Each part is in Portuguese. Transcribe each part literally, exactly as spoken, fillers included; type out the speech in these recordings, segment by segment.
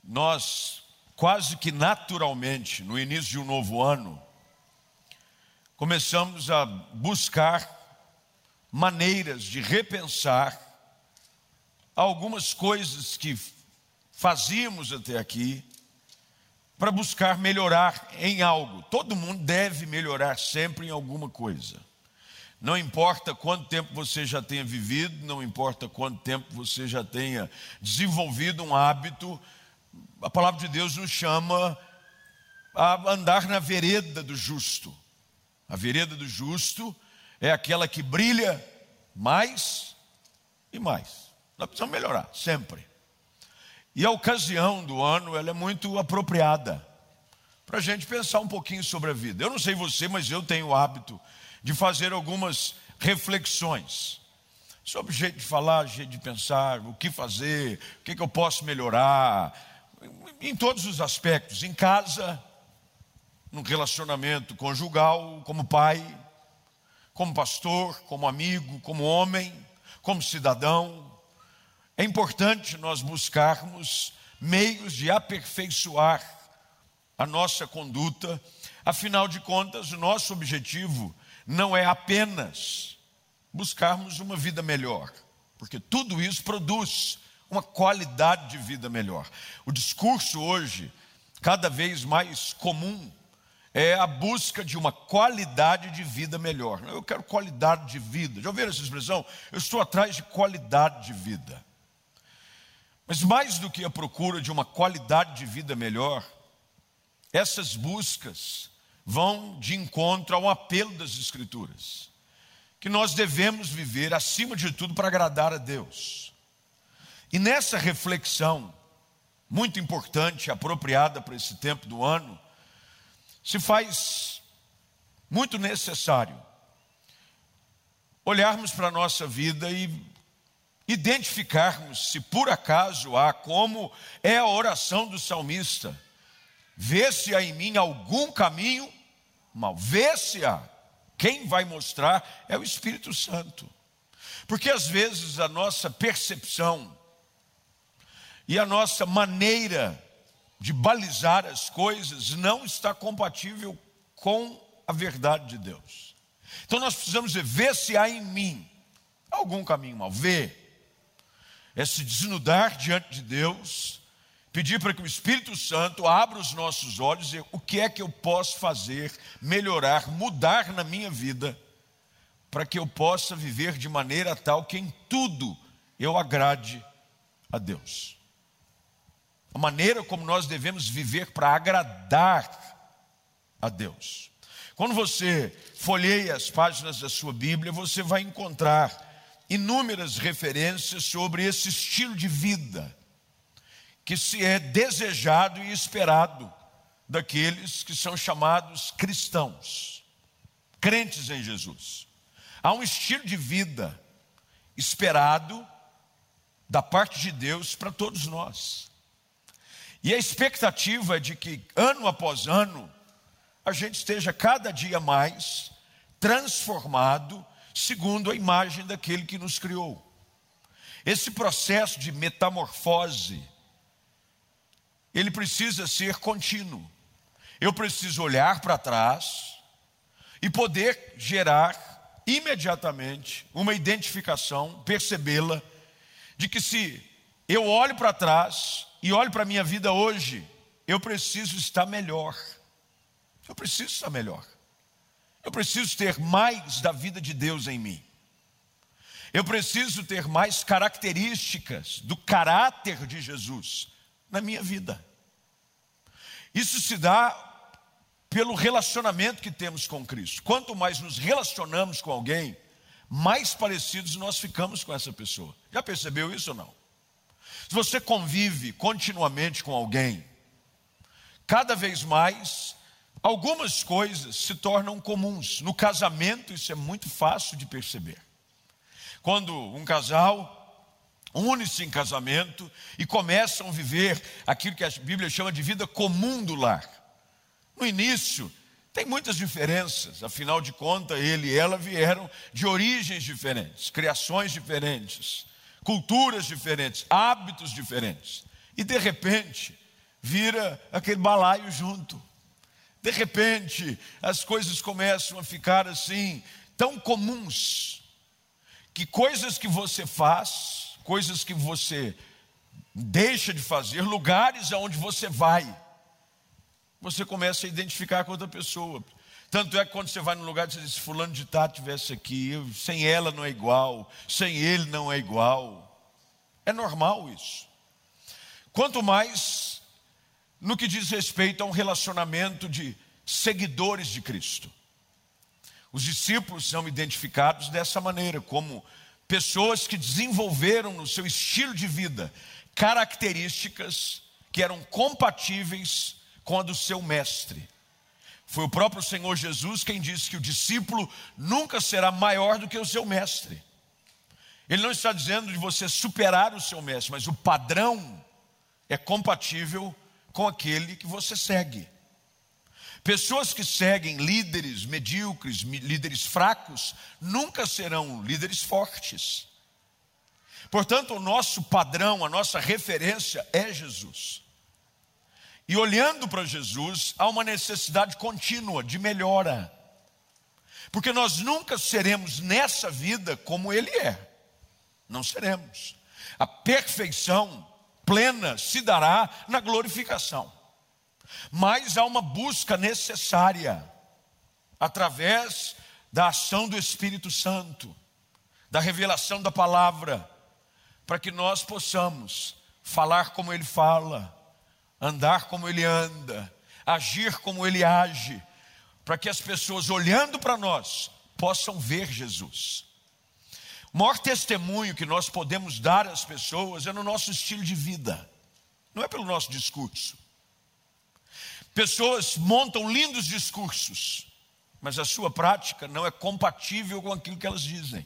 nós quase que naturalmente, no início de um novo ano, começamos a buscar maneiras de repensar algumas coisas que fazíamos até aqui, para buscar melhorar em algo. Todo mundo deve melhorar sempre em alguma coisa. Não importa quanto tempo você já tenha vivido, não importa quanto tempo você já tenha desenvolvido um hábito, a palavra de Deus nos chama a andar na vereda do justo. A vereda do justo é aquela que brilha mais e mais. Nós precisamos melhorar, sempre. E a ocasião do ano, ela é muito apropriada para a gente pensar um pouquinho sobre a vida. Eu não sei você, mas eu tenho o hábito de fazer algumas reflexões sobre jeito de falar, jeito de pensar, o que fazer, o que, que eu posso melhorar, em todos os aspectos, em casa, no relacionamento conjugal, como pai, como pastor, como amigo, como homem, como cidadão. É importante nós buscarmos meios de aperfeiçoar a nossa conduta. Afinal de contas, o nosso objetivo não é apenas buscarmos uma vida melhor, porque tudo isso produz uma qualidade de vida melhor. O discurso hoje, cada vez mais comum, é a busca de uma qualidade de vida melhor. Eu quero qualidade de vida. Já ouviram essa expressão? Eu estou atrás de qualidade de vida. Mas mais do que a procura de uma qualidade de vida melhor, essas buscas vão de encontro ao apelo das Escrituras, que nós devemos viver, acima de tudo, para agradar a Deus. E nessa reflexão, muito importante, apropriada para esse tempo do ano, se faz muito necessário olharmos para a nossa vida e identificarmos se por acaso há, como é a oração do salmista, vê se há em mim algum caminho mau, vê se há. Quem vai mostrar é o Espírito Santo. Porque às vezes a nossa percepção e a nossa maneira de balizar as coisas não está compatível com a verdade de Deus. Então nós precisamos ver, ver se há em mim algum caminho mau. Ver é se desnudar diante de Deus, pedir para que o Espírito Santo abra os nossos olhos e o que é que eu posso fazer, melhorar, mudar na minha vida, para que eu possa viver de maneira tal que em tudo eu agrade a Deus. A maneira como nós devemos viver para agradar a Deus. Quando você folheia as páginas da sua Bíblia, você vai encontrar inúmeras referências sobre esse estilo de vida que se é desejado e esperado daqueles que são chamados cristãos, crentes em Jesus. Há um estilo de vida esperado da parte de Deus para todos nós. E a expectativa é de que ano após ano a gente esteja cada dia mais transformado segundo a imagem daquele que nos criou. Esse processo de metamorfose, ele precisa ser contínuo. Eu preciso olhar para trás e poder gerar imediatamente uma identificação, percebê-la, de que se eu olho para trás e olho para a minha vida hoje, eu preciso estar melhor. Eu preciso estar melhor. Eu preciso ter mais da vida de Deus em mim. Eu preciso ter mais características do caráter de Jesus na minha vida. Isso se dá pelo relacionamento que temos com Cristo. Quanto mais nos relacionamos com alguém, mais parecidos nós ficamos com essa pessoa. Já percebeu isso ou não? Se você convive continuamente com alguém, cada vez mais algumas coisas se tornam comuns. No casamento isso é muito fácil de perceber. Quando um casal une-se em casamento e começam a viver aquilo que a Bíblia chama de vida comum do lar. No início tem muitas diferenças, afinal de contas ele e ela vieram de origens diferentes, criações diferentes, culturas diferentes, hábitos diferentes. E de repente vira aquele balaio junto. De repente, as coisas começam a ficar assim, tão comuns, que coisas que você faz, coisas que você deixa de fazer, lugares aonde você vai, você começa a identificar com outra pessoa. Tanto é que quando você vai num lugar, você diz, se fulano de tal estivesse aqui, eu, sem ela não é igual, sem ele não é igual. É normal isso. Quanto mais no que diz respeito a um relacionamento de seguidores de Cristo. Os discípulos são identificados dessa maneira, como pessoas que desenvolveram no seu estilo de vida características que eram compatíveis com a do seu mestre. Foi o próprio Senhor Jesus quem disse que o discípulo nunca será maior do que o seu mestre. Ele não está dizendo de você superar o seu mestre, mas o padrão é compatível com aquele que você segue. Pessoas que seguem líderes medíocres, líderes fracos, nunca serão líderes fortes. Portanto, o nosso padrão, a nossa referência é Jesus. E olhando para Jesus, há uma necessidade contínua de melhora. Porque nós nunca seremos nessa vida como Ele é. Não seremos. A perfeição plena se dará na glorificação. Mas há uma busca necessária, através da ação do Espírito Santo, da revelação da palavra, para que nós possamos falar como Ele fala, andar como Ele anda, agir como Ele age, para que as pessoas olhando para nós possam ver Jesus. O maior testemunho que nós podemos dar às pessoas é no nosso estilo de vida, não é pelo nosso discurso. Pessoas montam lindos discursos, mas a sua prática não é compatível com aquilo que elas dizem.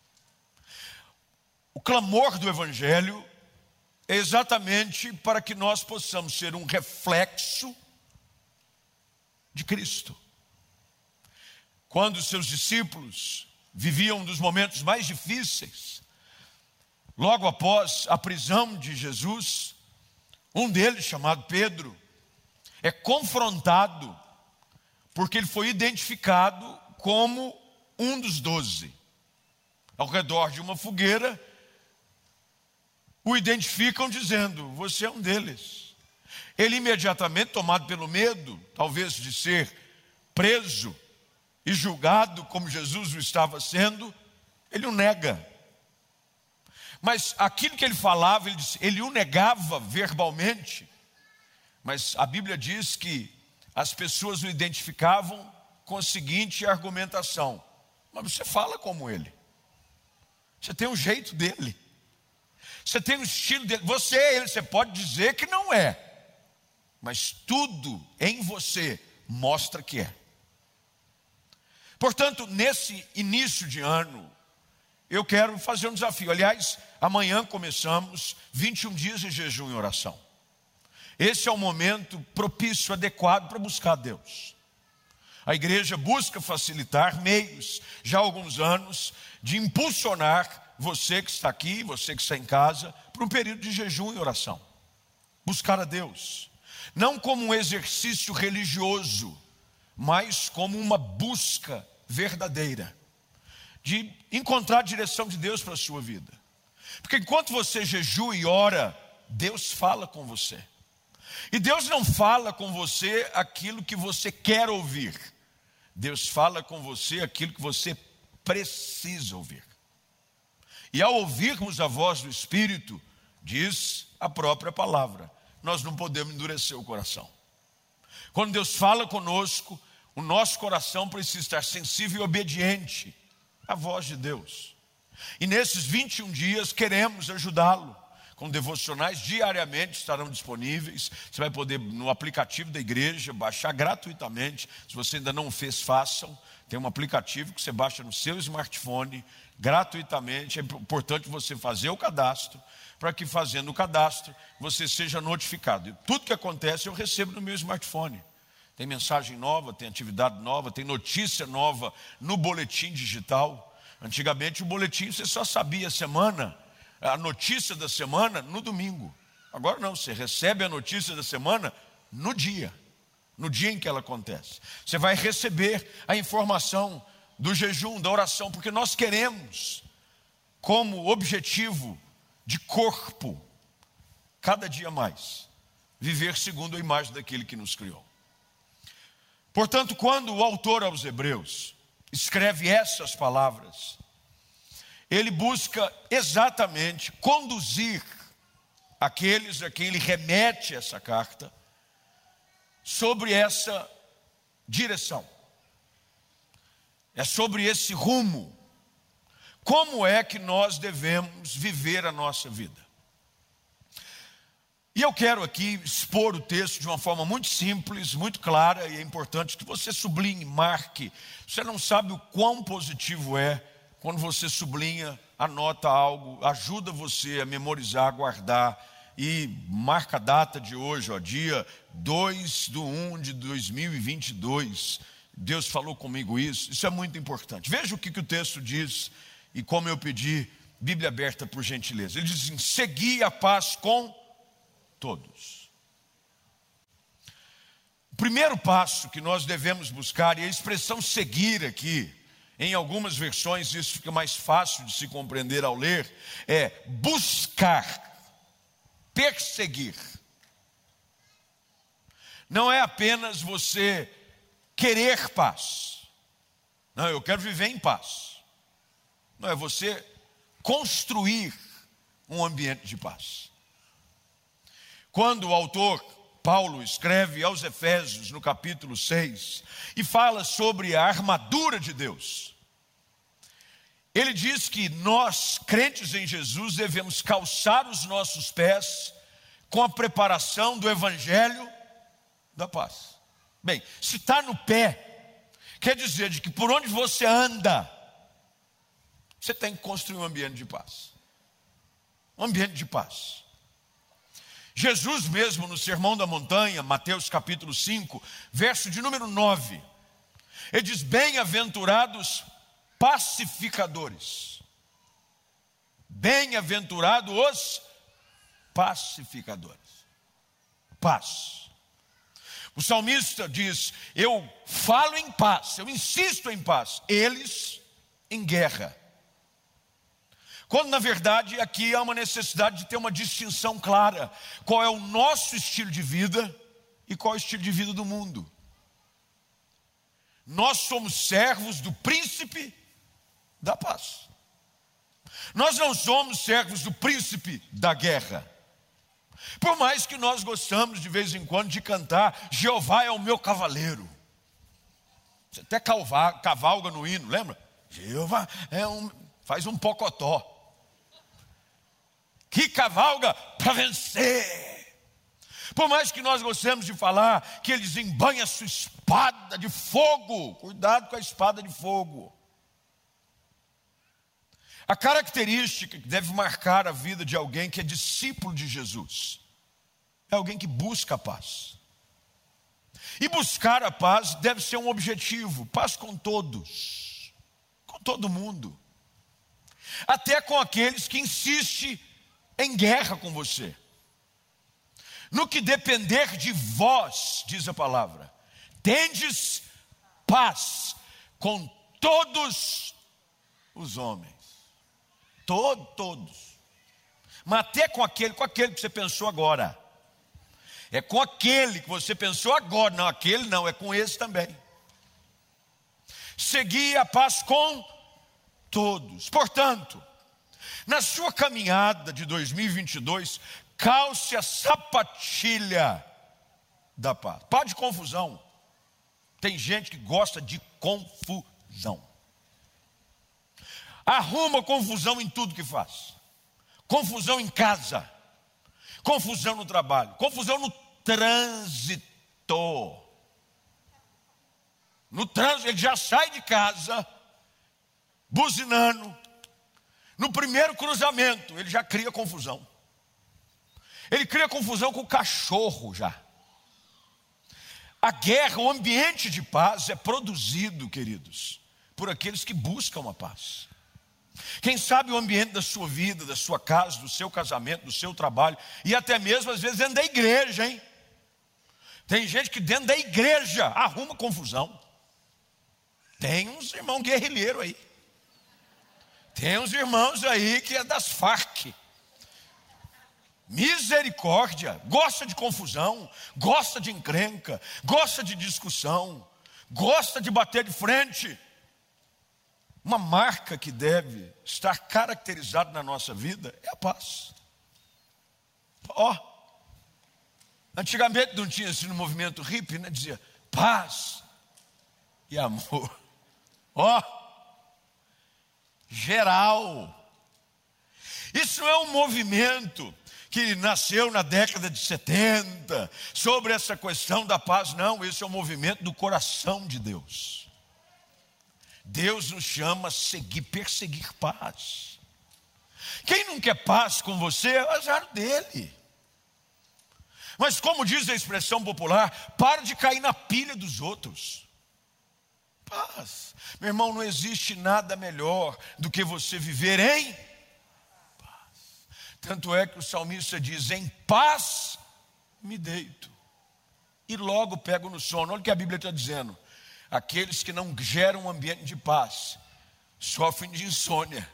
O clamor do Evangelho é exatamente para que nós possamos ser um reflexo de Cristo. Quando os seus discípulos viviam um dos momentos mais difíceis, logo após a prisão de Jesus, um deles, chamado Pedro, é confrontado porque ele foi identificado como um dos doze. Ao redor de uma fogueira, o identificam dizendo, você é um deles. Ele imediatamente, tomado pelo medo, talvez de ser preso e julgado como Jesus o estava sendo, ele o nega. Mas aquilo que ele falava, ele, disse, ele o negava verbalmente, mas a Bíblia diz que as pessoas o identificavam com a seguinte argumentação, mas você fala como ele, você tem um jeito dele, você tem um estilo dele, você é ele, você pode dizer que não é, mas tudo em você mostra que é. Portanto, nesse início de ano, eu quero fazer um desafio. Aliás, amanhã começamos vinte e um dias de jejum e oração. Esse é o momento propício, adequado para buscar Deus. A igreja busca facilitar meios, já há alguns anos, de impulsionar você que está aqui, você que está em casa, para um período de jejum e oração. Buscar a Deus. Não como um exercício religioso, mas como uma busca verdadeira de encontrar a direção de Deus para a sua vida. Porque enquanto você jejua e ora, Deus fala com você. E Deus não fala com você aquilo que você quer ouvir. Deus fala com você aquilo que você precisa ouvir. E ao ouvirmos a voz do Espírito, diz a própria palavra, nós não podemos endurecer o coração. Quando Deus fala conosco, o nosso coração precisa estar sensível e obediente à voz de Deus. E nesses vinte e um dias queremos ajudá-lo. Com devocionais diariamente estarão disponíveis. Você vai poder no aplicativo da igreja baixar gratuitamente. Se você ainda não fez, façam. Tem um aplicativo que você baixa no seu smartphone gratuitamente. É importante você fazer o cadastro, para que fazendo o cadastro você seja notificado. E tudo que acontece eu recebo no meu smartphone. Tem mensagem nova, tem atividade nova, tem notícia nova no boletim digital. Antigamente o boletim você só sabia a semana, a notícia da semana no domingo. Agora não, você recebe a notícia da semana no dia, no dia em que ela acontece. Você vai receber a informação do jejum, da oração, porque nós queremos, como objetivo de corpo, cada dia mais, viver segundo a imagem daquele que nos criou. Portanto, quando o autor aos Hebreus escreve essas palavras, ele busca exatamente conduzir aqueles a quem ele remete essa carta sobre essa direção. É sobre esse rumo. Como é que nós devemos viver a nossa vida? E eu quero aqui expor o texto de uma forma muito simples, muito clara, e é importante que você sublinhe, marque. Você não sabe o quão positivo é quando você sublinha, anota algo, ajuda você a memorizar, a guardar, e marca a data de hoje, ó, dia dois de um de dois mil e vinte e dois. Deus falou comigo isso, isso é muito importante. Veja o que, que o texto diz, e como eu pedi, Bíblia aberta por gentileza. Ele diz assim: segui a paz com todos. O primeiro passo que nós devemos buscar, e a expressão seguir aqui, em algumas versões isso fica mais fácil de se compreender ao ler, é buscar, perseguir. Não é apenas você querer paz. Não, eu quero viver em paz. Não, é você construir um ambiente de paz. Quando o autor Paulo escreve aos Efésios no capítulo seis e fala sobre a armadura de Deus, ele diz que nós, crentes em Jesus, devemos calçar os nossos pés com a preparação do evangelho da paz. Bem, se está no pé, quer dizer de que por onde você anda, você tem que construir um ambiente de paz. Um ambiente de paz. Jesus mesmo no Sermão da Montanha, Mateus capítulo cinco, verso de número nove, ele diz: bem-aventurados pacificadores. Bem-aventurados os pacificadores. Paz. O salmista diz: eu falo em paz, eu insisto em paz, eles em guerra. Quando na verdade aqui há uma necessidade de ter uma distinção clara. Qual é o nosso estilo de vida e qual é o estilo de vida do mundo. Nós somos servos do príncipe da paz. Nós não somos servos do príncipe da guerra. Por mais que nós gostamos de vez em quando de cantar Jeová é o meu cavaleiro. Você até cavalga no hino, lembra? Jeová é um, faz um pocotó. Que cavalga para vencer. Por mais que nós gostemos de falar que eles embanham a sua espada de fogo, cuidado com a espada de fogo. A característica que deve marcar a vida de alguém que é discípulo de Jesus é alguém que busca a paz. E buscar a paz deve ser um objetivo, paz com todos, com todo mundo, até com aqueles que insistem em guerra com você. No que depender de vós, diz a palavra, tendes paz com todos os homens. Todo, todos. Mas até com aquele, com aquele que você pensou agora. É com aquele que você pensou agora. Não, aquele não, é com esse também. Segui a paz com todos. Portanto, na sua caminhada de dois mil e vinte e dois, calce a sapatilha da paz. Pare de confusão. Tem gente que gosta de confusão. Arruma confusão em tudo que faz. Confusão em casa. Confusão no trabalho. Confusão no trânsito. No trânsito, ele já sai de casa buzinando. No primeiro cruzamento, ele já cria confusão. Ele cria confusão com o cachorro já. A guerra, o ambiente de paz é produzido, queridos, por aqueles que buscam a paz. Quem sabe o ambiente da sua vida, da sua casa, do seu casamento, do seu trabalho, e até mesmo às vezes dentro da igreja, hein? Tem gente que dentro da igreja arruma confusão. Tem uns irmãos guerrilheiros aí. Tem uns irmãos aí que é das Farc. Misericórdia, gosta de confusão, gosta de encrenca, gosta de discussão, gosta de bater de frente. Uma marca que deve estar caracterizada na nossa vida é a paz. Ó, oh, antigamente não tinha assim no movimento hippie, né? Dizia paz e amor. Ó, oh, geral. Isso não é um movimento que nasceu na década de setenta, sobre essa questão da paz, não. Esse é o movimento do coração de Deus. Deus nos chama a seguir, perseguir paz. Quem não quer paz com você, é o azar dele. Mas como diz a expressão popular, para de cair na pilha dos outros. Paz. Meu irmão, não existe nada melhor do que você viver em paz. Tanto é que o salmista diz, em paz me deito e logo pego no sono. Olha o que a Bíblia está dizendo. Aqueles que não geram um ambiente de paz sofrem de insônia.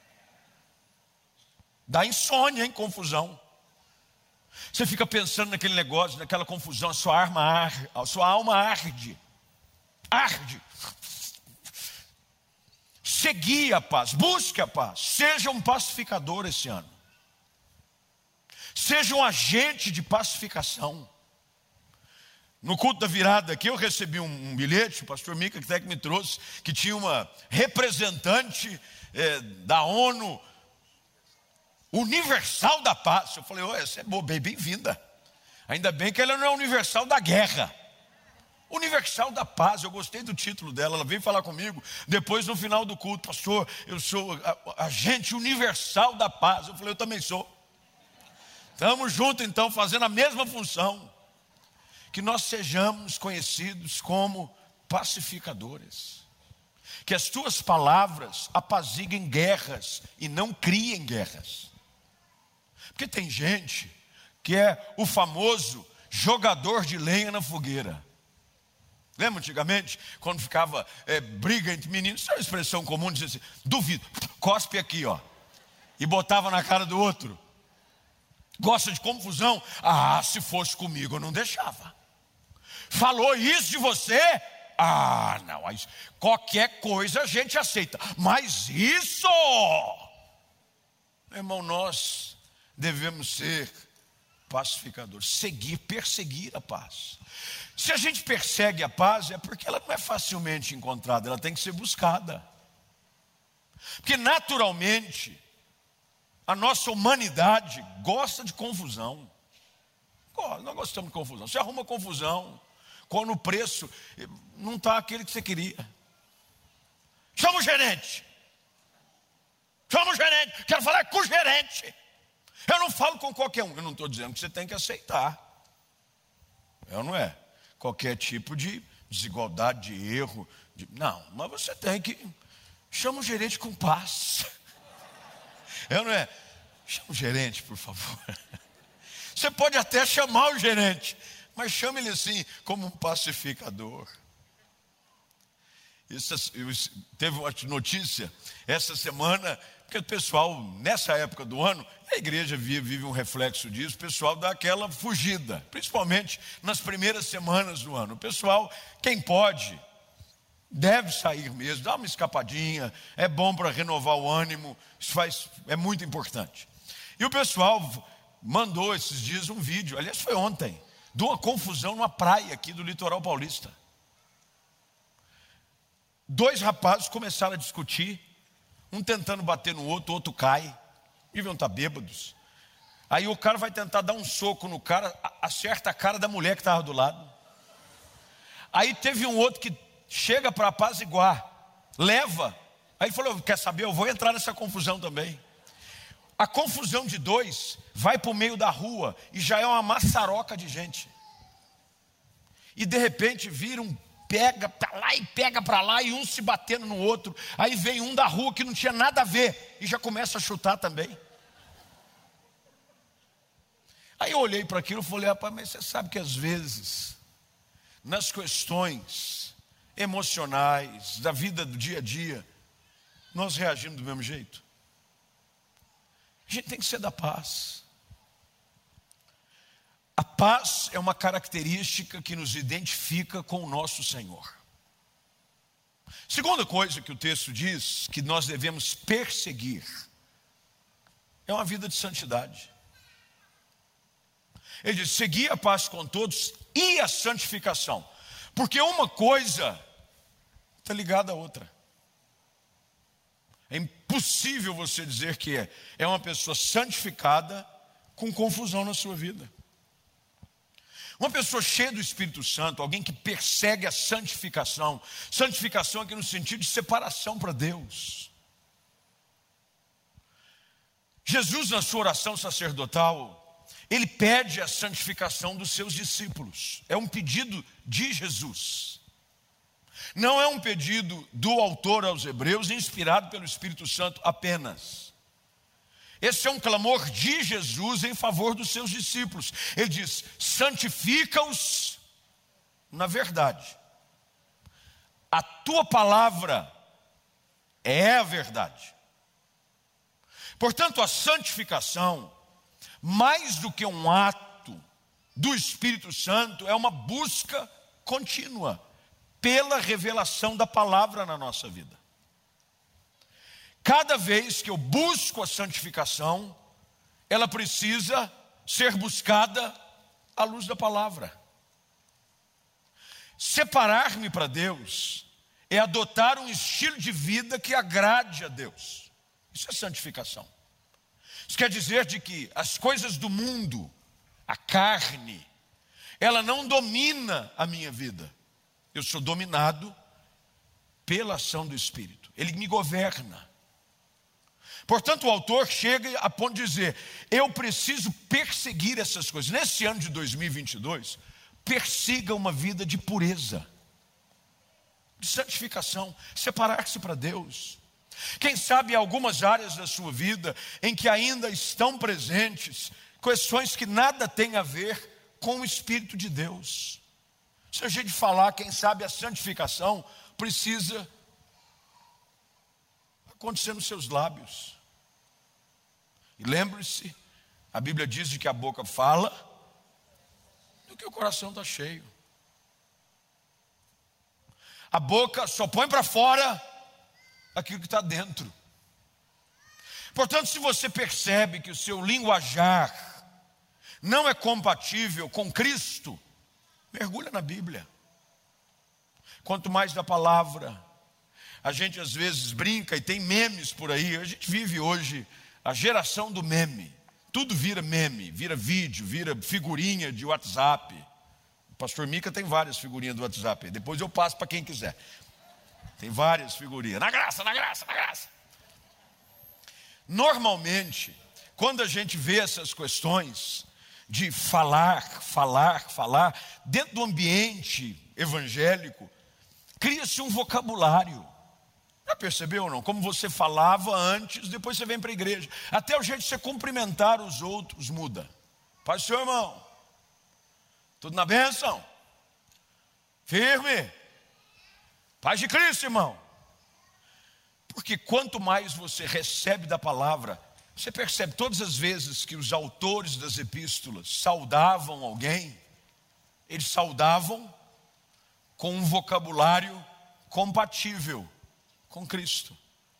Dá insônia, hein, confusão. Você fica pensando naquele negócio, naquela confusão, a sua, arma arde, a sua alma arde. Arde. Segui a paz, busque a paz. Seja um pacificador esse ano. Seja um agente de pacificação. No culto da virada aqui eu recebi um, um bilhete, o pastor Mica que até que me trouxe, que tinha uma representante é, da ONU Universal da Paz. Eu falei, oh, essa é boa, bem, bem-vinda. Ainda bem que ela não é universal da guerra. Universal da Paz, eu gostei do título dela. Ela veio falar comigo depois no final do culto, pastor, eu sou agente universal da paz. Eu falei, eu também sou. Estamos juntos então, fazendo a mesma função. Que nós sejamos conhecidos como pacificadores. Que as tuas palavras apaziguem guerras e não criem guerras. Porque tem gente que é o famoso jogador de lenha na fogueira. Lembra antigamente, quando ficava é, briga entre meninos, isso é uma expressão comum, dizia assim, duvido, cospe aqui, ó. E botava na cara do outro. Gosta de confusão? Ah, se fosse comigo eu não deixava. Falou isso de você? Ah, não, qualquer coisa a gente aceita. Mas isso, meu irmão, nós devemos ser pacificadores, seguir, perseguir a paz. Se a gente persegue a paz, é porque ela não é facilmente encontrada, ela tem que ser buscada. Porque naturalmente, a nossa humanidade gosta de confusão. Nós gostamos de confusão. Você arruma confusão quando o preço não está aquele que você queria. Chama o gerente. Chama o gerente. Quero falar com o gerente. Eu não falo com qualquer um. Eu não estou dizendo que você tem que aceitar. Eu não é. Qualquer tipo de desigualdade, de erro. De... Não, mas você tem que... Chama o gerente com paz. Eu não é. Chama o gerente, por favor. Você pode até chamar o gerente, mas chame ele assim, como um pacificador. Isso, teve uma notícia essa semana, porque o pessoal, nessa época do ano, a igreja vive, vive um reflexo disso, o pessoal dá aquela fugida, principalmente nas primeiras semanas do ano. O pessoal, quem pode, deve sair mesmo, dá uma escapadinha, é bom para renovar o ânimo, isso faz, é muito importante. E o pessoal mandou esses dias um vídeo, aliás foi ontem, de uma confusão numa praia aqui do litoral paulista. Dois rapazes começaram a discutir, um tentando bater no outro, o outro cai, deviam estar bêbados. Aí o cara vai tentar dar um soco no cara, acerta a cara da mulher que estava do lado. Aí teve um outro que chega para apaziguar, leva. Aí ele falou, quer saber, eu vou entrar nessa confusão também. A confusão de dois vai para o meio da rua e já é uma maçaroca de gente. E de repente vira um pega para lá e pega para lá, e um se batendo no outro. Aí vem um da rua que não tinha nada a ver e já começa a chutar também. Aí eu olhei para aquilo e falei: rapaz, mas você sabe que às vezes, nas questões emocionais da vida do dia a dia, nós reagimos do mesmo jeito. A gente tem que ser da paz. A paz é uma característica que nos identifica com o nosso Senhor. Segunda coisa que o texto diz que nós devemos perseguir é uma vida de santidade. Ele diz: seguir a paz com todos e a santificação, porque uma coisa está ligada à outra. É impossível você dizer que é, é uma pessoa santificada com confusão na sua vida. Uma pessoa cheia do Espírito Santo, alguém que persegue a santificação. Santificação aqui no sentido de separação para Deus. Jesus, na sua oração sacerdotal, ele pede a santificação dos seus discípulos. É um pedido de Jesus. Não é um pedido do autor aos Hebreus, inspirado pelo Espírito Santo apenas. Esse é um clamor de Jesus em favor dos seus discípulos. Ele diz: santifica-os na verdade. A tua palavra é a verdade. Portanto, a santificação, mais do que um ato do Espírito Santo, é uma busca contínua pela revelação da palavra na nossa vida. Cada vez que eu busco a santificação, ela precisa ser buscada à luz da palavra. Separar-me para Deus é adotar um estilo de vida que agrade a Deus. Isso é santificação. Isso quer dizer de que as coisas do mundo, a carne, ela não domina a minha vida. Eu sou dominado pela ação do Espírito. Ele me governa. Portanto, o autor chega a ponto de dizer: eu preciso perseguir essas coisas. Nesse ano de dois mil e vinte e dois, persiga uma vida de pureza, de santificação, separar-se para Deus. Quem sabe algumas áreas da sua vida em que ainda estão presentes questões que nada têm a ver com o Espírito de Deus. Se a gente falar, quem sabe a santificação precisa acontecer nos seus lábios. E lembre-se, a Bíblia diz de que a boca fala do que o coração está cheio. A boca só põe para fora aquilo que está dentro. Portanto, se você percebe que o seu linguajar não é compatível com Cristo, mergulha na Bíblia. Quanto mais da palavra. A gente às vezes brinca e tem memes por aí. A gente vive hoje a geração do meme. Tudo vira meme, vira vídeo, vira figurinha de WhatsApp. O pastor Mica tem várias figurinhas do WhatsApp. Depois eu passo para quem quiser. Tem várias figurinhas. Na graça, na graça, na graça. Normalmente, quando a gente vê essas questões de falar, falar, falar, dentro do ambiente evangélico, cria-se um vocabulário. Já percebeu ou não? Como você falava antes, depois você vem para a igreja. Até o jeito de você cumprimentar os outros muda. Paz do Senhor, irmão. Tudo na bênção? Firme? Paz de Cristo, irmão. Porque quanto mais você recebe da palavra, você percebe todas as vezes que os autores das epístolas saudavam alguém, eles saudavam com um vocabulário compatível com Cristo.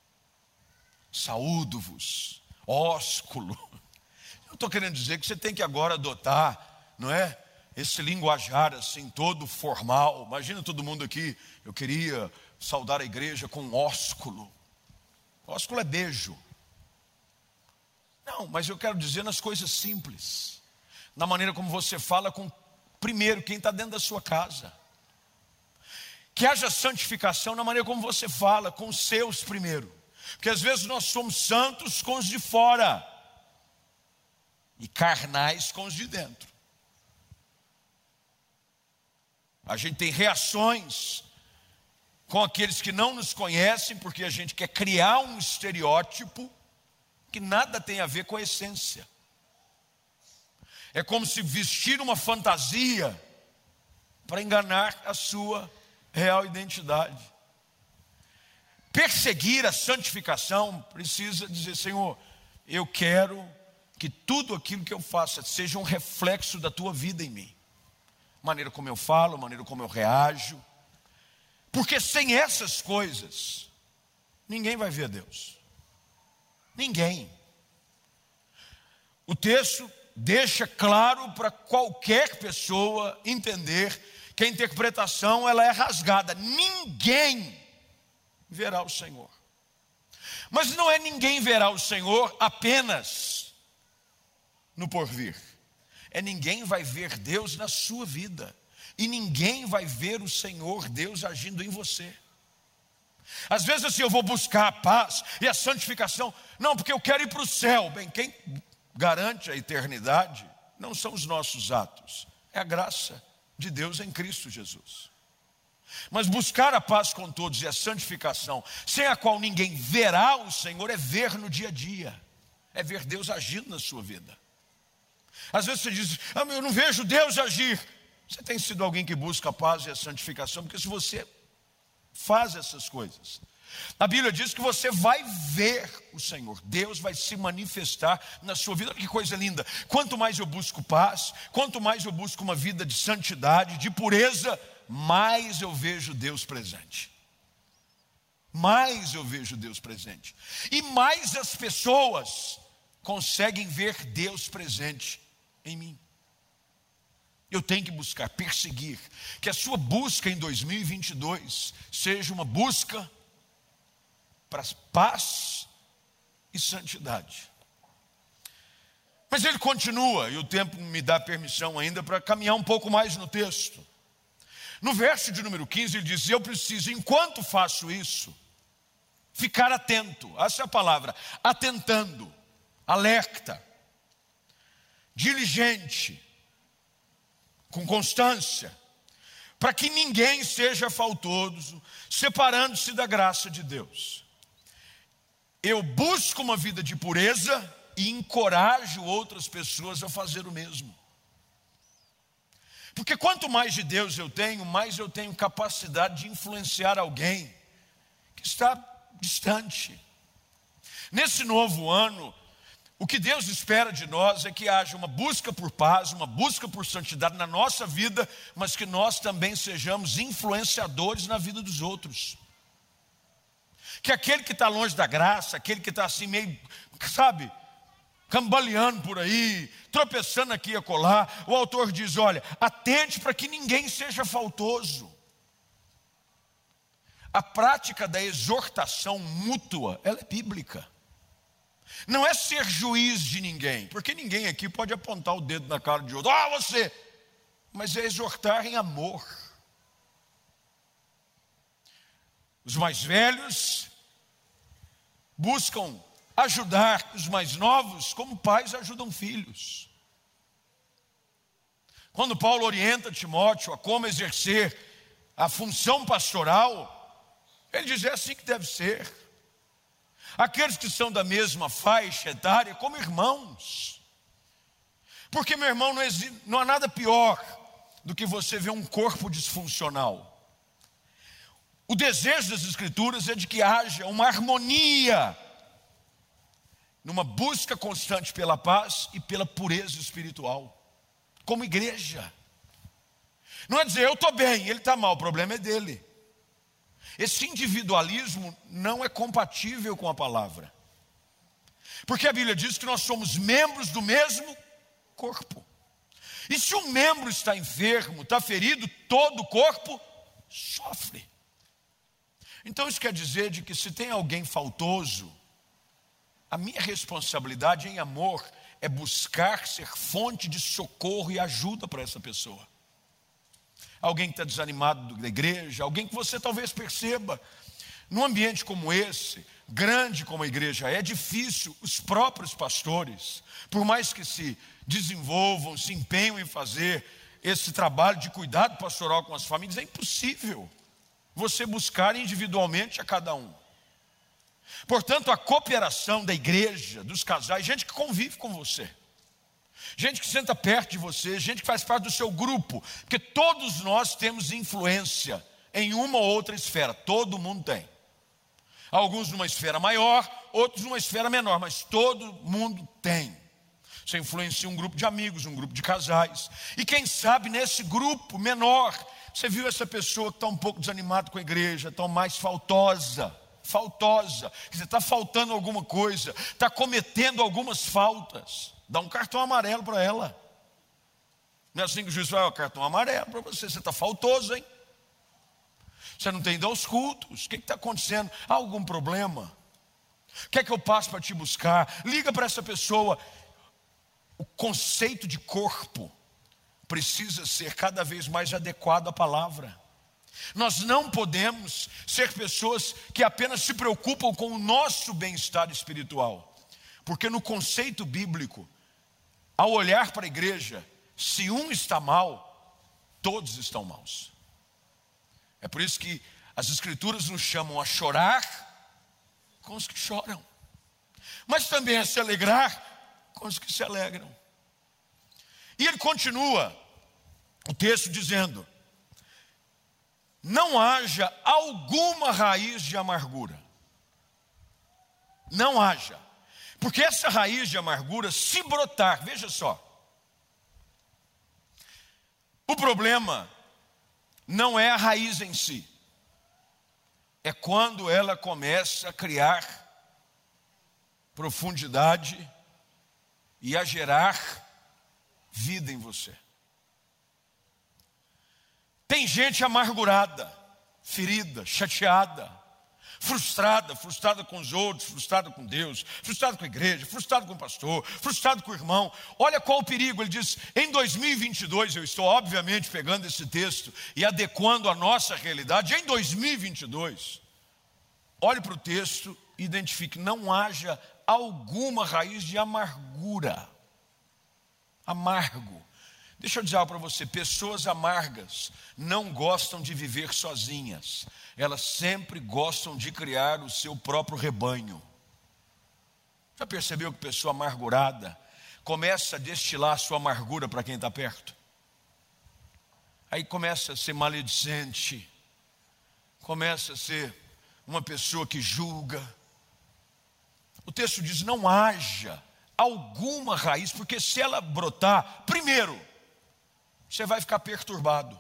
Saúdo-vos, ósculo. Eu estou querendo dizer que você tem que agora adotar, não é? Esse linguajar assim, todo formal. Imagina todo mundo aqui: eu queria saudar a igreja com ósculo. Ósculo é beijo. Não, mas eu quero dizer nas coisas simples. Na maneira como você fala com, primeiro, quem está dentro da sua casa. Que haja santificação na maneira como você fala com os seus primeiro. Porque às vezes nós somos santos com os de fora e carnais com os de dentro. A gente tem reações com aqueles que não nos conhecem, porque a gente quer criar um estereótipo que nada tem a ver com a essência. É como se vestir uma fantasia para enganar a sua real identidade. Perseguir a santificação precisa dizer: Senhor, eu quero que tudo aquilo que eu faça seja um reflexo da tua vida em mim. Maneira como eu falo, maneira como eu reajo. Porque sem essas coisas, ninguém vai ver Deus. Ninguém. O texto deixa claro para qualquer pessoa entender que a interpretação ela é rasgada. Ninguém verá o Senhor. Mas não é ninguém verá o Senhor apenas no porvir. É ninguém vai ver Deus na sua vida. E ninguém vai ver o Senhor Deus agindo em você. Às vezes assim, eu vou buscar a paz e a santificação. Não, porque eu quero ir para o céu. Bem, quem garante a eternidade não são os nossos atos. É a graça de Deus em Cristo Jesus. Mas buscar a paz com todos e a santificação, sem a qual ninguém verá o Senhor, é ver no dia a dia. É ver Deus agindo na sua vida. Às vezes você diz: ah, eu não vejo Deus agir. Você tem sido alguém que busca a paz e a santificação, porque se você faz essas coisas, a Bíblia diz que você vai ver o Senhor. Deus vai se manifestar na sua vida. Olha que coisa linda. Quanto mais eu busco paz, quanto mais eu busco uma vida de santidade, de pureza, mais eu vejo Deus presente. Mais eu vejo Deus presente. E mais as pessoas conseguem ver Deus presente em mim. Eu tenho que buscar, perseguir, que a sua busca em dois mil e vinte e dois seja uma busca para paz e santidade. Mas ele continua, e o tempo me dá permissão ainda para caminhar um pouco mais no texto. No verso de número quinze ele diz: eu preciso, enquanto faço isso, ficar atento. Essa é a palavra, atentando, alerta, diligente, com constância, para que ninguém seja faltoso, separando-se da graça de Deus. Eu busco uma vida de pureza e encorajo outras pessoas a fazer o mesmo. Porque quanto mais de Deus eu tenho, mais eu tenho capacidade de influenciar alguém que está distante. Nesse novo ano, o que Deus espera de nós é que haja uma busca por paz, uma busca por santidade na nossa vida, mas que nós também sejamos influenciadores na vida dos outros. Que aquele que está longe da graça, aquele que está assim meio, sabe, cambaleando por aí, tropeçando aqui e acolá, o autor diz: olha, atente para que ninguém seja faltoso. A prática da exortação mútua, ela é bíblica. Não é ser juiz de ninguém, porque ninguém aqui pode apontar o dedo na cara de outro. Ah, você! Mas é exortar em amor. Os mais velhos buscam ajudar os mais novos como pais ajudam filhos. Quando Paulo orienta Timóteo a como exercer a função pastoral, ele diz: é assim que deve ser. Aqueles que são da mesma faixa etária como irmãos. Porque, meu irmão, não, existe, não há nada pior do que você ver um corpo disfuncional. O desejo das Escrituras é de que haja uma harmonia, numa busca constante pela paz e pela pureza espiritual, como igreja. Não é dizer: eu estou bem, ele está mal, o problema é dele. Esse individualismo não é compatível com a palavra. Porque a Bíblia diz que nós somos membros do mesmo corpo. E se um membro está enfermo, está ferido, todo o corpo sofre. Então isso quer dizer de que se tem alguém faltoso, a minha responsabilidade em amor é buscar ser fonte de socorro e ajuda para essa pessoa. Alguém que está desanimado da igreja, alguém que você talvez perceba, num ambiente como esse, grande como a igreja é, é difícil os próprios pastores, por mais que se desenvolvam, se empenham em fazer, esse trabalho de cuidado pastoral com as famílias, é impossível você buscar individualmente a cada um. Portanto, a cooperação da igreja, dos casais, gente que convive com você, gente que senta perto de você, gente que faz parte do seu grupo, porque todos nós temos influência em uma ou outra esfera, todo mundo tem. Alguns numa esfera maior, outros numa esfera menor, mas todo mundo tem. Você influencia um grupo de amigos, um grupo de casais. E quem sabe nesse grupo menor, você viu essa pessoa que está um pouco desanimada com a igreja, está mais faltosa, faltosa. Quer dizer, está faltando alguma coisa, está cometendo algumas faltas. Dá um cartão amarelo para ela. Não é assim que o juiz fala, cartão amarelo para você, você está faltoso, hein? Você não tem ido aos cultos, o que está acontecendo? Há algum problema? O que é que eu passo para te buscar? Liga para essa pessoa. O conceito de corpo precisa ser cada vez mais adequado à palavra. Nós não podemos ser pessoas que apenas se preocupam com o nosso bem-estar espiritual. Porque no conceito bíblico, ao olhar para a igreja, se um está mal, todos estão maus. É por isso que as escrituras nos chamam a chorar com os que choram, mas também a se alegrar com os que se alegram. E ele continua o texto dizendo: não haja alguma raiz de amargura. Não haja. Porque essa raiz de amargura, se brotar, veja só, o problema não é a raiz em si, é quando ela começa a criar profundidade e a gerar vida em você. Tem gente amargurada, ferida, chateada, frustrada, frustrada com os outros, frustrada com Deus, frustrada com a igreja, frustrada com o pastor, frustrada com o irmão. Olha qual o perigo, ele diz, em dois mil e vinte e dois, eu estou obviamente pegando esse texto e adequando a nossa realidade, em dois mil e vinte e dois, olhe para o texto e identifique, não haja alguma raiz de amargura. Amargo. Deixa eu dizer algo para você, pessoas amargas não gostam de viver sozinhas, elas sempre gostam de criar o seu próprio rebanho. Já percebeu que pessoa amargurada começa a destilar a sua amargura para quem está perto? Aí começa a ser maledicente, começa a ser uma pessoa que julga. O texto diz, não haja alguma raiz, porque se ela brotar, primeiro, você vai ficar perturbado.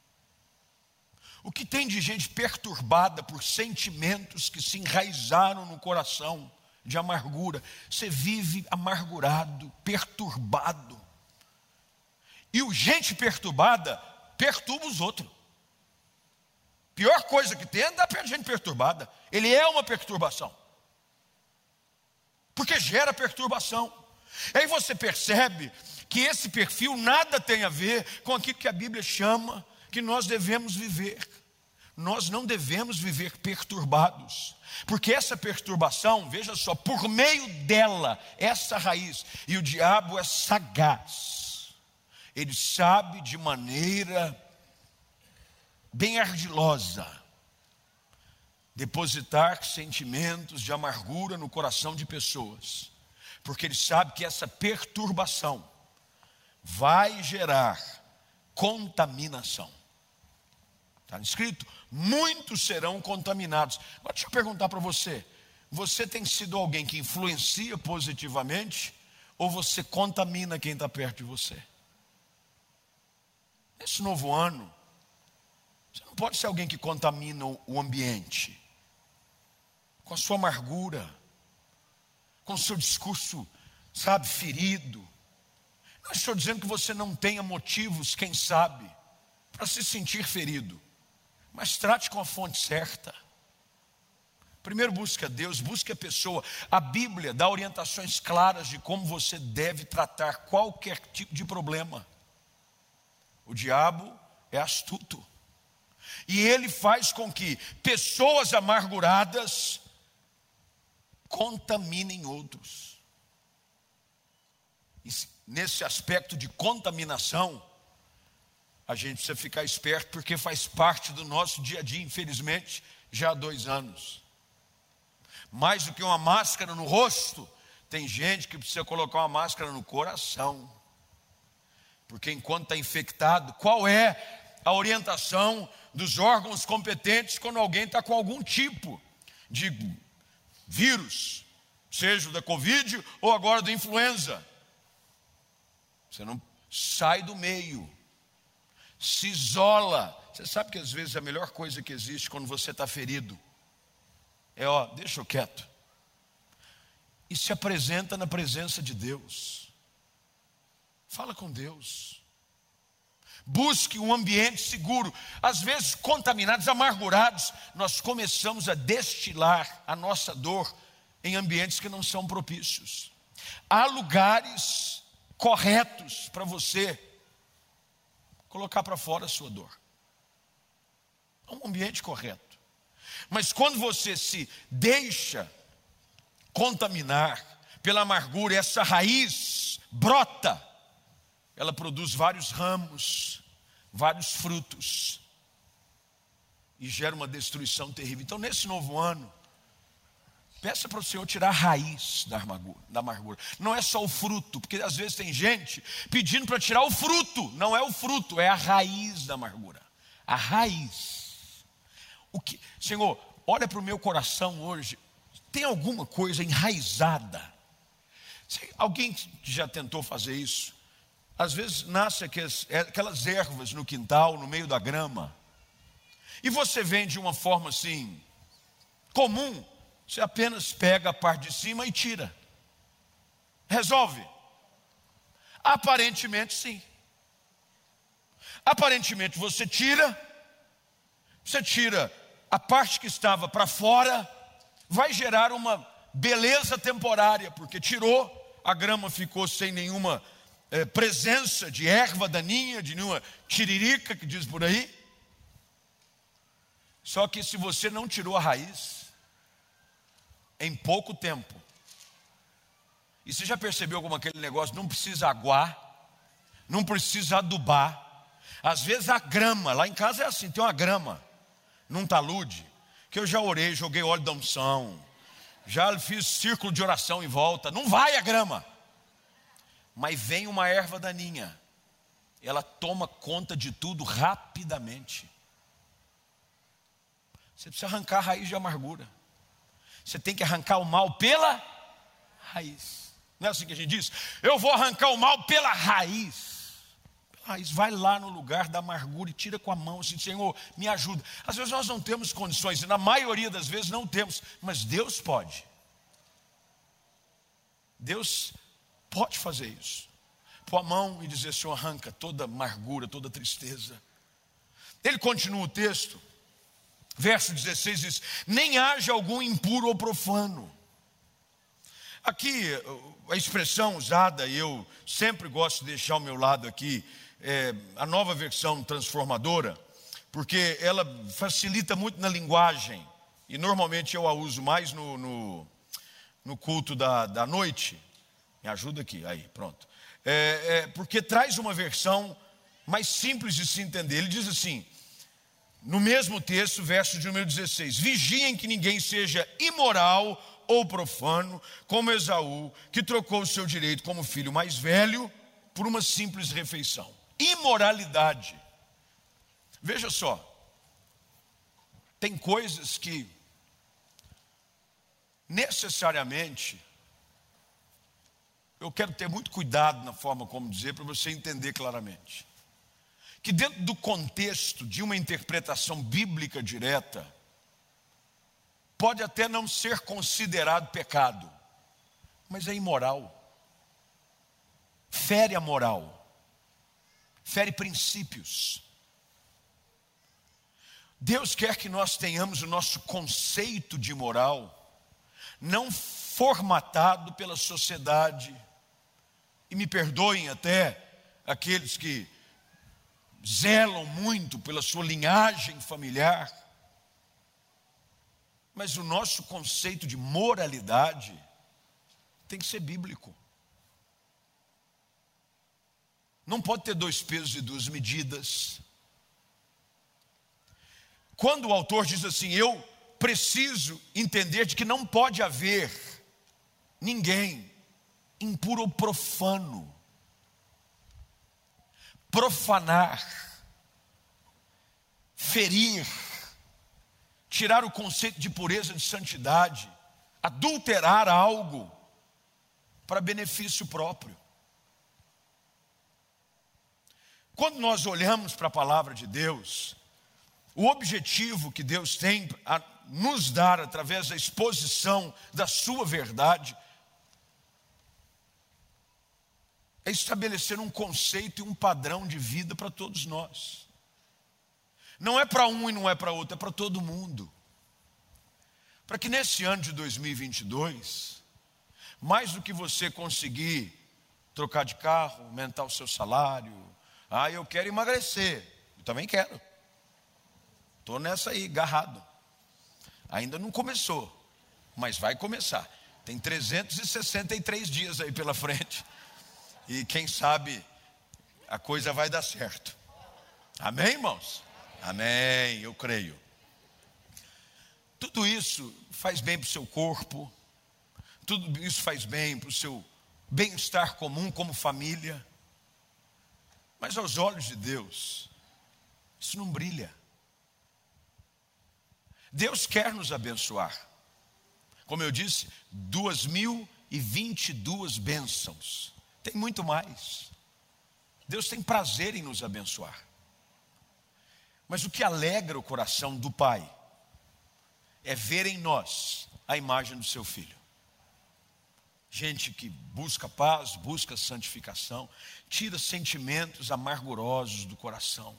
O que tem de gente perturbada por sentimentos que se enraizaram no coração de amargura? Você vive amargurado, perturbado. E o gente perturbada perturba os outros. Pior coisa que tem é andar perto de gente perturbada. Ele é uma perturbação. Porque gera perturbação. Aí você percebe que esse perfil nada tem a ver com aquilo que a Bíblia chama que nós devemos viver. Nós não devemos viver perturbados, porque essa perturbação, veja só, por meio dela, essa raiz, e o diabo é sagaz, ele sabe de maneira bem ardilosa depositar sentimentos de amargura no coração de pessoas, porque ele sabe que essa perturbação vai gerar contaminação. Está escrito, muitos serão contaminados. Agora deixa eu perguntar para você, você tem sido alguém que influencia positivamente ou você contamina quem está perto de você? Nesse novo ano, você não pode ser alguém que contamina o ambiente com a sua amargura, com o seu discurso, sabe, ferido. Não estou dizendo que você não tenha motivos, quem sabe, para se sentir ferido, mas trate com a fonte certa. Primeiro busque a Deus, busque a pessoa. A Bíblia dá orientações claras de como você deve tratar qualquer tipo de problema. O diabo é astuto, e ele faz com que pessoas amarguradas contaminem outros. E nesse aspecto de contaminação, a gente precisa ficar esperto, porque faz parte do nosso dia a dia, infelizmente, já há dois anos. Mais do que uma máscara no rosto, tem gente que precisa colocar uma máscara no coração. Porque enquanto está infectado, qual é a orientação dos órgãos competentes quando alguém está com algum tipo de vírus, seja o da Covid ou agora da influenza? Você não sai do meio, se isola. Você sabe que às vezes a melhor coisa que existe quando você está ferido é, ó, deixa eu quieto, e se apresenta na presença de Deus. Fala com Deus. Busque um ambiente seguro. Às vezes, contaminados, amargurados, nós começamos a destilar a nossa dor em ambientes que não são propícios. Há lugares corretos para você colocar para fora a sua dor. É um ambiente correto. Mas quando você se deixa contaminar pela amargura, essa raiz brota, ela produz vários ramos, vários frutos, e gera uma destruição terrível. Então, nesse novo ano, peça para o Senhor tirar a raiz da amargura, da amargura. Não é só o fruto, porque às vezes tem gente pedindo para tirar o fruto. Não é o fruto, é a raiz da amargura. A raiz. O que, Senhor, olha para o meu coração hoje. Tem alguma coisa enraizada? Alguém que já tentou fazer isso? Às vezes nasce aquelas, aquelas ervas no quintal, no meio da grama, e você vem de uma forma assim, comum. Você apenas pega a parte de cima e tira. Resolve? Aparentemente sim. Aparentemente você tira, você tira a parte que estava para fora, vai gerar uma beleza temporária, porque tirou, a grama ficou sem nenhuma é, presença de erva daninha, de nenhuma tiririca, que diz por aí. Só que se você não tirou a raiz, em pouco tempo, e você já percebeu como aquele negócio não precisa aguar, não precisa adubar. Às vezes a grama, lá em casa é assim, tem uma grama num talude, que eu já orei, joguei óleo da unção, já fiz círculo de oração em volta, não vai a grama, mas vem uma erva daninha, ela toma conta de tudo rapidamente. Você precisa arrancar a raiz de amargura. Você tem que arrancar o mal pela raiz. Não é assim que a gente diz? Eu vou arrancar o mal pela raiz. Pela raiz. Vai lá no lugar da amargura e tira com a mão assim, Senhor, me ajuda. Às vezes nós não temos condições, e na maioria das vezes não temos, mas Deus pode. Deus pode fazer isso. Pôr a mão e dizer, Senhor, arranca toda amargura, toda tristeza. Ele continua o texto. Verso dezesseis diz, nem haja algum impuro ou profano. Aqui, a expressão usada, e eu sempre gosto de deixar ao meu lado aqui, é a nova versão transformadora, porque ela facilita muito na linguagem, e normalmente eu a uso mais no, no, no culto da, da noite. Me ajuda aqui, aí, pronto. É, é, porque traz uma versão mais simples de se entender. Ele diz assim, no mesmo texto, verso de número dezesseis, vigiem que ninguém seja imoral ou profano, como Esaú, que trocou o seu direito como filho mais velho por uma simples refeição. Imoralidade. Veja só, tem coisas que necessariamente, eu quero ter muito cuidado na forma como dizer, para você entender claramente, que dentro do contexto de uma interpretação bíblica direta, pode até não ser considerado pecado, mas é imoral, fere a moral, fere princípios. Deus quer que nós tenhamos o nosso conceito de moral não formatado pela sociedade, e me perdoem até aqueles que zelam muito pela sua linhagem familiar, mas o nosso conceito de moralidade tem que ser bíblico. Não pode ter dois pesos e duas medidas. Quando o autor diz assim, eu preciso entender de que não pode haver ninguém impuro ou profano. Profanar, ferir, tirar o conceito de pureza, de santidade, adulterar algo para benefício próprio. Quando nós olhamos para a palavra de Deus, o objetivo que Deus tem a nos dar através da exposição da sua verdade é estabelecer um conceito e um padrão de vida para todos nós. Não é para um e não é para outro, é para todo mundo. Para que nesse ano de dois mil e vinte e dois, mais do que você conseguir trocar de carro, aumentar o seu salário, ah, eu quero emagrecer, eu também quero. Estou nessa aí, agarrado. Ainda não começou, mas vai começar. Tem trezentos e sessenta e três dias aí pela frente. E quem sabe a coisa vai dar certo. Amém, irmãos? Amém, eu creio. Tudo isso faz bem para o seu corpo. Tudo isso faz bem para o seu bem-estar comum como família. Mas aos olhos de Deus, isso não brilha. Deus quer nos abençoar. Como eu disse, duas mil e vinte e duas bênçãos. Tem muito mais. Deus tem prazer em nos abençoar. Mas o que alegra o coração do Pai é ver em nós a imagem do seu Filho. Gente que busca paz, busca santificação, tira sentimentos amargurosos do coração.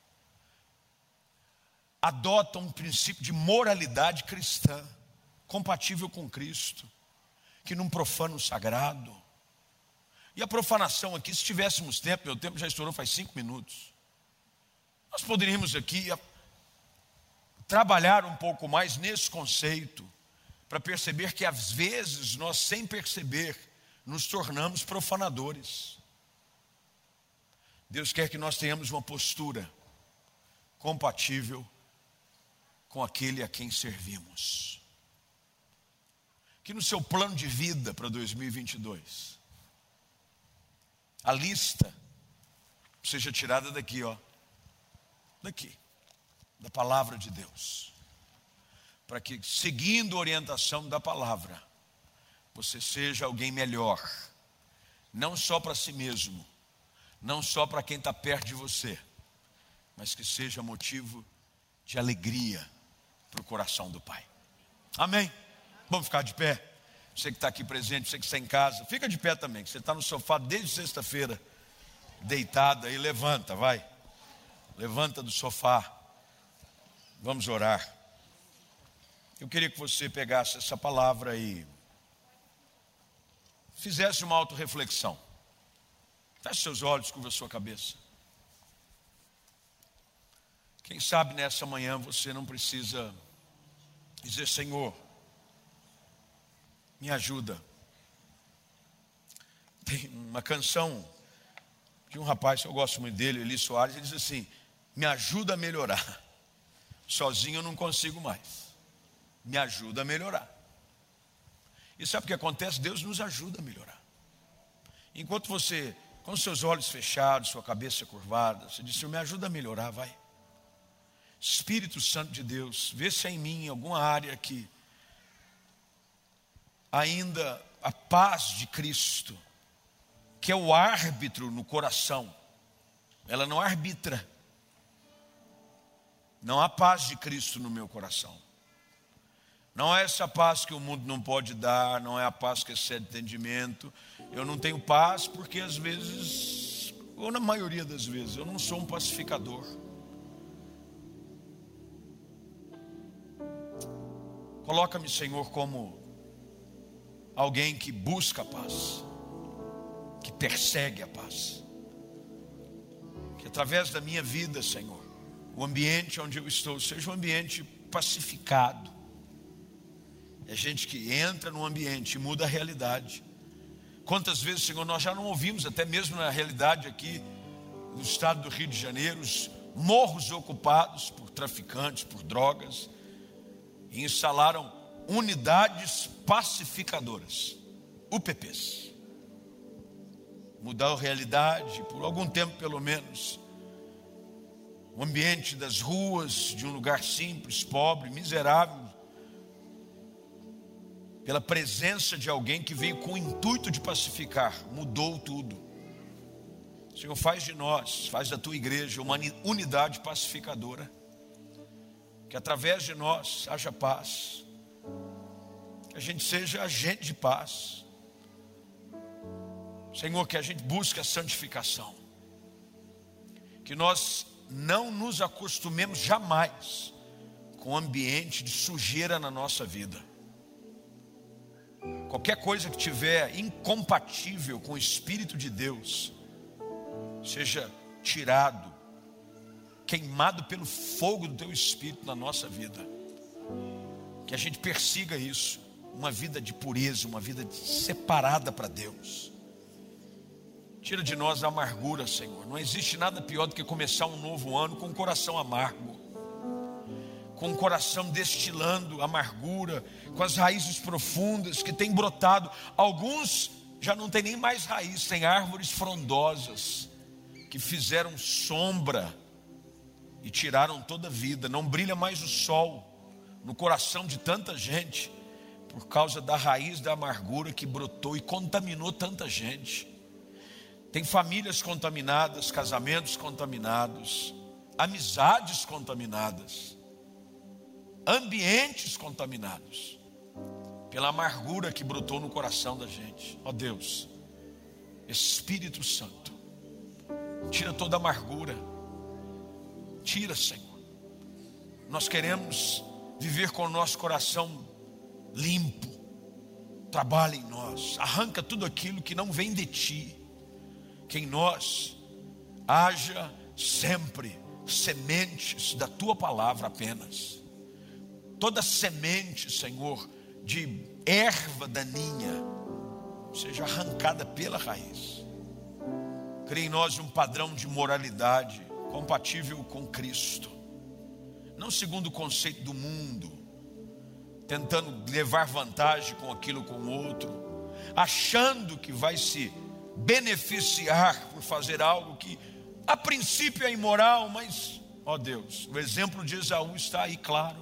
Adota um princípio de moralidade cristã, compatível com Cristo, que não profana o sagrado. E a profanação aqui, se tivéssemos tempo, meu tempo já estourou faz cinco minutos. Nós poderíamos aqui trabalhar um pouco mais nesse conceito, para perceber que às vezes nós, sem perceber, nos tornamos profanadores. Deus quer que nós tenhamos uma postura compatível com aquele a quem servimos. Que no seu plano de vida para dois mil e vinte e dois, a lista seja tirada daqui, ó, daqui, da palavra de Deus, para que, seguindo a orientação da palavra, você seja alguém melhor, não só para si mesmo, não só para quem está perto de você, mas que seja motivo de alegria para o coração do Pai. Amém? Vamos ficar de pé? Você que está aqui presente, você que está em casa, fica de pé também, que você está no sofá desde sexta-feira, deitado aí, levanta, vai. Levanta do sofá. Vamos orar. Eu queria que você pegasse essa palavra e fizesse uma autorreflexão. Feche seus olhos, curva a sua cabeça. Quem sabe nessa manhã você não precisa dizer, Senhor, me ajuda. Tem uma canção de um rapaz que eu gosto muito dele, Eli Soares, ele diz assim, me ajuda a melhorar. Sozinho eu não consigo mais. Me ajuda a melhorar. E sabe o que acontece? Deus nos ajuda a melhorar. Enquanto você, com seus olhos fechados, sua cabeça curvada, você diz, Senhor, me ajuda a melhorar, vai. Espírito Santo de Deus, vê se há em mim alguma área que ainda a paz de Cristo, que é o árbitro no coração, ela não arbitra. Não há paz de Cristo no meu coração. Não é essa paz que o mundo não pode dar, não é a paz que excede entendimento. Eu não tenho paz porque às vezes, ou na maioria das vezes, eu não sou um pacificador. Coloca-me, Senhor, como alguém que busca a paz, que persegue a paz. Que através da minha vida, Senhor, o ambiente onde eu estou seja um ambiente pacificado. É gente que entra no ambiente e muda a realidade. Quantas vezes, Senhor, nós já não ouvimos, até mesmo na realidade aqui do estado do Rio de Janeiro, os morros ocupados por traficantes, por drogas, e instalaram unidades pacificadoras, U P Ps. Mudar a realidade, por algum tempo pelo menos, o ambiente das ruas, de um lugar simples, pobre, miserável, pela presença de alguém que veio com o intuito de pacificar, mudou tudo. Senhor, faz de nós, faz da tua igreja uma unidade pacificadora, que através de nós haja paz, que a gente seja agente de paz. Senhor, que a gente busque a santificação, que nós não nos acostumemos jamais com o ambiente de sujeira na nossa vida. Qualquer coisa que tiver incompatível com o Espírito de Deus, seja tirado, queimado pelo fogo do teu Espírito na nossa vida. Que a gente persiga isso, uma vida de pureza, uma vida separada para Deus. Tira de nós a amargura, Senhor. Não existe nada pior do que começar um novo ano com um coração amargo, com o coração destilando amargura, com as raízes profundas que têm brotado. Alguns já não tem nem mais raiz, tem árvores frondosas que fizeram sombra e tiraram toda a vida. Não brilha mais o sol no coração de tanta gente por causa da raiz da amargura que brotou e contaminou tanta gente. Tem famílias contaminadas, casamentos contaminados, amizades contaminadas, ambientes contaminados pela amargura que brotou no coração da gente. Ó Deus, Espírito Santo, tira toda a amargura, tira, Senhor. Nós queremos viver com o nosso coração limpo. Trabalha em nós, arranca tudo aquilo que não vem de Ti. Que em nós haja sempre sementes da Tua palavra apenas. Toda semente, Senhor, de erva daninha, seja arrancada pela raiz. Cria em nós um padrão de moralidade compatível com Cristo, não segundo o conceito do mundo, tentando levar vantagem com aquilo com o outro, achando que vai se beneficiar por fazer algo que a princípio é imoral, mas, ó Deus, o exemplo de Esaú está aí claro.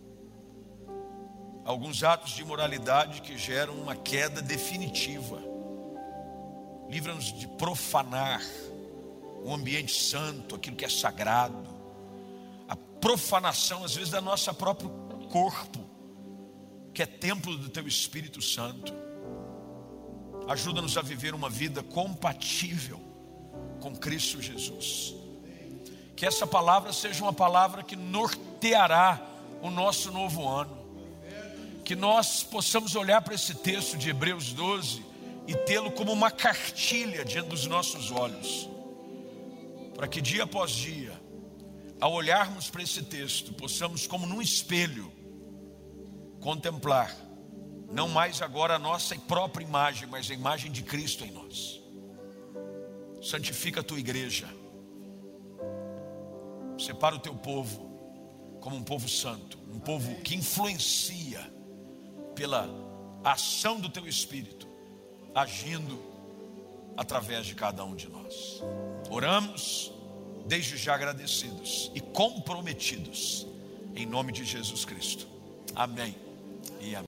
Alguns atos de imoralidade que geram uma queda definitiva. Livra-nos de profanar o ambiente santo, aquilo que é sagrado. A profanação, às vezes, da nosso próprio corpo, que é templo do Teu Espírito Santo. Ajuda-nos a viver uma vida compatível com Cristo Jesus. Que essa palavra seja uma palavra que norteará o nosso novo ano. Que nós possamos olhar para esse texto de Hebreus doze e tê-lo como uma cartilha diante dos nossos olhos. Para que dia após dia, ao olharmos para esse texto, possamos, como num espelho, contemplar não mais agora a nossa própria imagem, mas a imagem de Cristo em nós. Santifica a tua igreja. Separa o teu povo como um povo santo, um povo que influencia pela ação do teu Espírito, agindo através de cada um de nós. Oramos, desde já agradecidos e comprometidos, em nome de Jesus Cristo. Amém e amém.